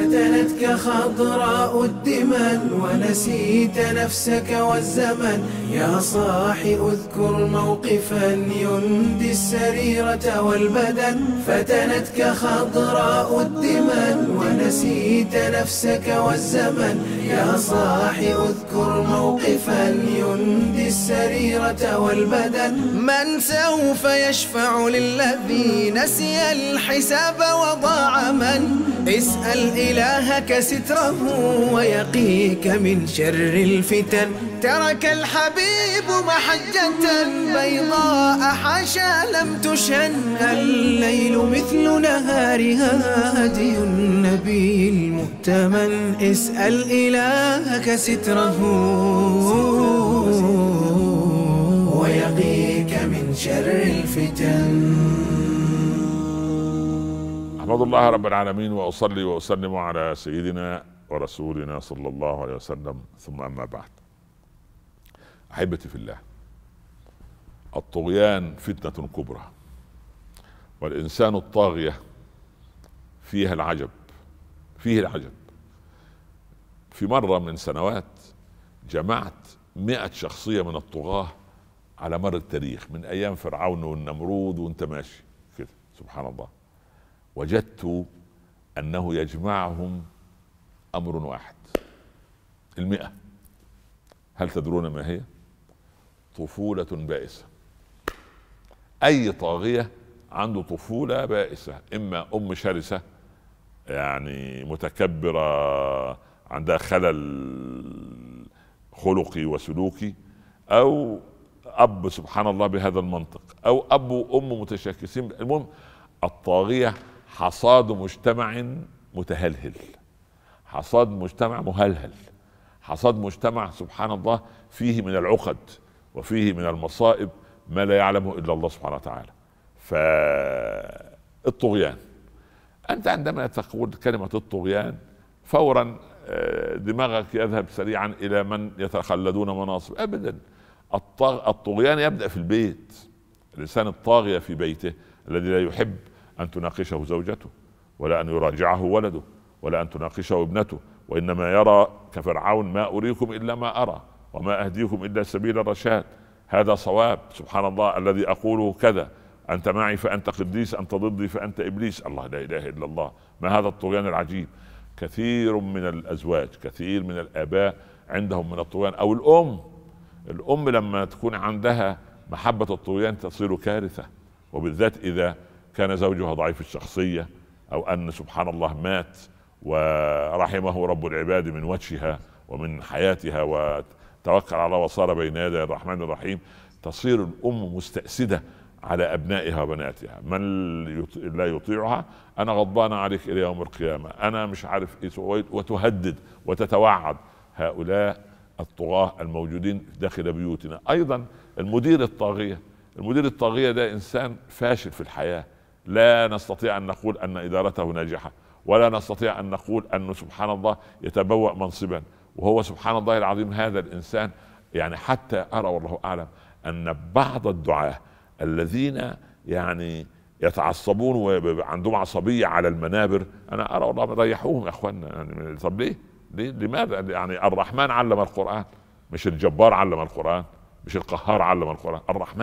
فتنتك خضراء الدمن ونسيت نفسك والزمن. يا صاح اذكر موقفا يندي السريرة والبدن. فتنتك خضراء الدمن ونسيت نفسك والزمن. يا صاح اذكر موقفا يندي السريرة والبدن. من سوف يشفع للذي نسي الحساب وضاع؟ من اسأل إلهك ستره ويقيك من شر الفتن. ترك الحبيب محجة بيضاء حاشا لم تشن. الليل مثل نهارها هدي النبي المؤتمن. اسأل إلهك ستره ويقيك من شر الفتن. أحمد الله رب العالمين وأصلي وأسلم على سيدنا ورسولنا صلى الله عليه وسلم، ثم أما بعد. أحبتي في الله، الطغيان فتنة كبرى، والإنسان الطاغية فيه العجب. في مرة من سنوات جمعت 100 شخصية من الطغاة على مر التاريخ من أيام فرعون والنمرود وانت ماشي كده، سبحان الله. وجدت أنه يجمعهم أمر واحد، 100. هل تدرون ما هي؟ طفولة بائسة. أي طاغية عنده طفولة بائسة، إما أم شرسة يعني متكبرة عندها خلل خلقي وسلوكي، أو أب سبحان الله بهذا المنطق، أو أب وأم متشاكسين. المهم الطاغية حصاد مجتمع متهلهل، حصاد مجتمع مهلهل، حصاد مجتمع سبحان الله فيه من العقد وفيه من المصائب ما لا يعلمه إلا الله سبحانه وتعالى. فالطغيان، أنت عندما تقول كلمة الطغيان فورا دماغك يذهب سريعا إلى من يتخلدون مناصب. أبدا، الطغيان يبدأ في البيت. الإنسان الطاغية في بيته الذي لا يحب أن تناقشه زوجته، ولا أن يراجعه ولده، ولا أن تناقشه ابنته، وإنما يرى كفرعون ما أريكم إلا ما أرى وما أهديكم إلا سبيل الرشاد. هذا صواب سبحان الله، الذي أقوله كذا، أنت معي فأنت قديس، أنت ضدي فأنت إبليس. الله لا إله إلا الله، ما هذا الطغيان العجيب. كثير من الأزواج، كثير من الآباء عندهم من الطغيان، أو الأم لما تكون عندها محبة الطغيان تصير كارثة، وبالذات إذا كان زوجها ضعيف الشخصية، أو أن سبحان الله مات ورحمه رب العباد من وجهها ومن حياتها وتوكل على وصار بين يدي الرحمن الرحيم. تصير الأم مستأسدة على أبنائها وبناتها. من لا يطيعها أنا غضبان عليك إلى يوم القيامة، أنا مش عارف إيه، وتهدد وتتوعد. هؤلاء الطغاة الموجودين داخل بيوتنا. أيضا المدير الطاغية ده إنسان فاشل في الحياة. لا نستطيع أن نقول أن إدارته ناجحة، ولا نستطيع أن نقول أنه سبحان الله يتبوأ منصبا، وهو سبحان الله العظيم هذا الإنسان. يعني حتى أرى والله أعلم أن بعض الدعاة الذين يعني يتعصبون وعندهم عصبية على المنابر، أنا أرى والله ريحوهم يا أخوانا. يعني طب ليه لماذا؟ يعني الرحمن علم القرآن، مش الجبار علم القرآن، مش القهار علم القرآن.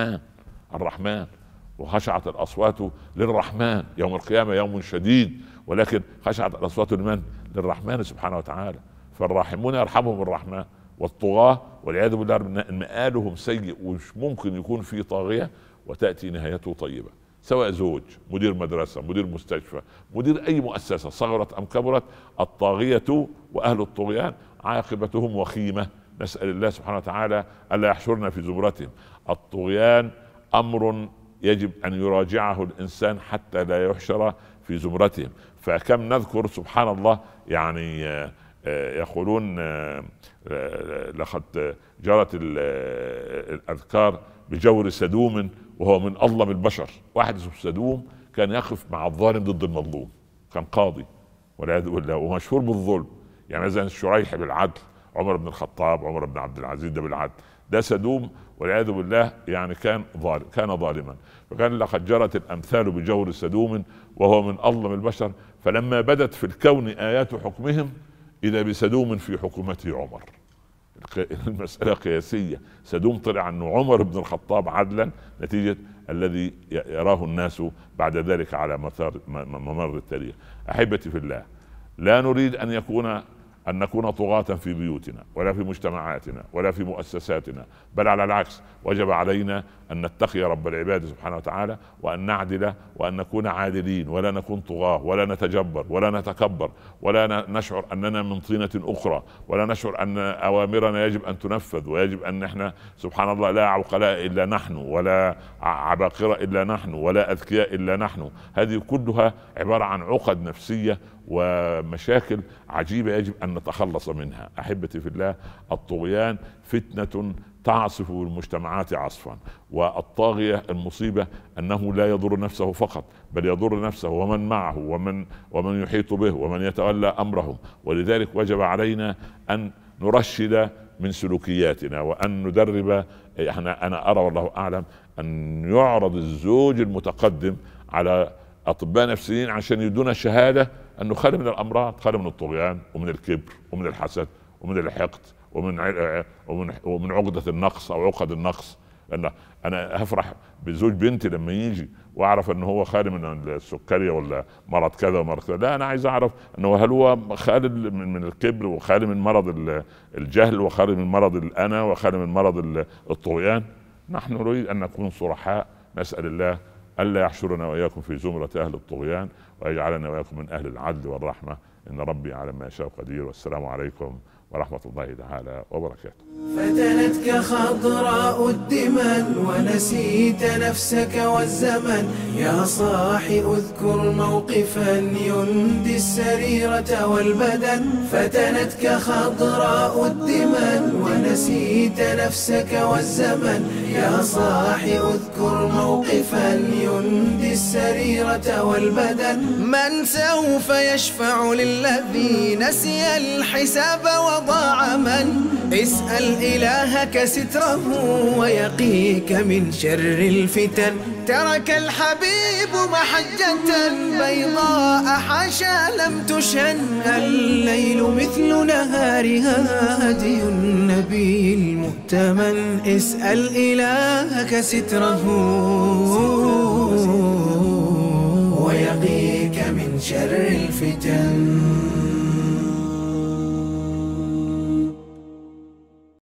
الرحمن وخشعت الأصوات للرحمن يوم القيامة، يوم شديد، ولكن خشعت الأصوات لمن؟ للرحمن سبحانه وتعالى. فالراحمون يرحمهم الرحمن، والطغاة والعياذ بالله مآلهم سيء. ومش ممكن يكون في طاغية وتأتي نهايته طيبة، سواء زوج، مدير مدرسة، مدير مستشفى، مدير أي مؤسسة صغرت أم كبرت. الطاغية وأهل الطغيان عاقبتهم وخيمة. نسأل الله سبحانه وتعالى ألا يحشرنا في زمرتهم. الطغيان أمر يجب أن يراجعه الإنسان حتى لا يحشر في زمرتهم. فكم نذكر سبحان الله يعني يقولون لقد جرت الأذكار بجور سدوم وهو من أظلم البشر. واحد اسمه سدوم كان يقف مع الظالم ضد المظلوم، كان قاضي والعياذ بالله ومشهور بالظلم. يعني مثلا الشريح بالعدل، عمر بن الخطاب، عمر بن عبد العزيز ده بالعدل، ده سدوم والعياذ بالله. يعني كان ظالما. فكان لقد جرت الأمثال بجور سدوم وهو من أظلم البشر. فلما بدت في الكون آيات حكمهم إذا بسدوم في حكومته عمر. المسألة قياسية، سدوم طلع أنه عمر بن الخطاب عدلا نتيجة الذي يراه الناس بعد ذلك على ممر التاريخ. أحبتي في الله، لا نريد أن نكون طغاة في بيوتنا ولا في مجتمعاتنا ولا في مؤسساتنا، بل على العكس وجب علينا أن نتقي رب العباد سبحانه وتعالى وأن نعدل وأن نكون عادلين، ولا نكون طغاة ولا نتجبر ولا نتكبر ولا نشعر أننا من طينة أخرى، ولا نشعر أن أوامرنا يجب أن تنفذ، ويجب أن احنا سبحان الله لا عقلاء إلا نحن ولا عباقرة إلا نحن ولا أذكياء إلا نحن. هذه كلها عبارة عن عقد نفسية ومشاكل عجيبة يجب أن نتخلص منها. أحبتي في الله، الطغيان فتنة تعصف المجتمعات عصفا، والطاغية المصيبة أنه لا يضر نفسه فقط بل يضر نفسه ومن معه ومن يحيط به ومن يتولى أمرهم. ولذلك وجب علينا أن نرشد من سلوكياتنا وأن ندرب. أنا أرى والله أعلم أن يعرض الزوج المتقدم على أطباء نفسيين عشان يدونا شهادة أنه خالي من الأمراض، خالي من الطغيان ومن الكبر ومن الحسد ومن الحقد ومن عقدة النقص أو عقد النقص. أنا هفرح بزوج بنتي لما يجي وأعرف أنه هو خالي من السكرية ولا مرض كذا ومرض كذا، لا، أنا عايز أعرف أنه هل هو خالي من الكبر وخالي من مرض الجهل وخالي من مرض الأنا وخالي من مرض الطغيان. نحن نريد أن نكون صرحاء، نسأل الله ألا يحشرنا وإياكم في زمرة أهل الطغيان ويجعلنا وإياكم من أهل العدل والرحمة، إن ربي على ما يشاء قدير. والسلام عليكم ورحمة الله تعالى وبركاته. فتنتك خضراء الدمن ونسيت نفسك والزمن، يا صاح اذكر موقفا يندي السريرة والبدن. فتنتك خضراء الدمن ونسيت نفسك والزمن، يا صاح اذكر موقفا يندي السريرة والبدن. من سوف يشفع للذي نسي الحساب وضاع؟ من اسأل إلهك ستره ويقيك من شر الفتن. ترك الحبيب محجة بيضاء حاشا لم تشن، الليل مثل نهارها هدي النبي المؤتمن. اسأل إلهك ستره ويقيك من شر الفتن.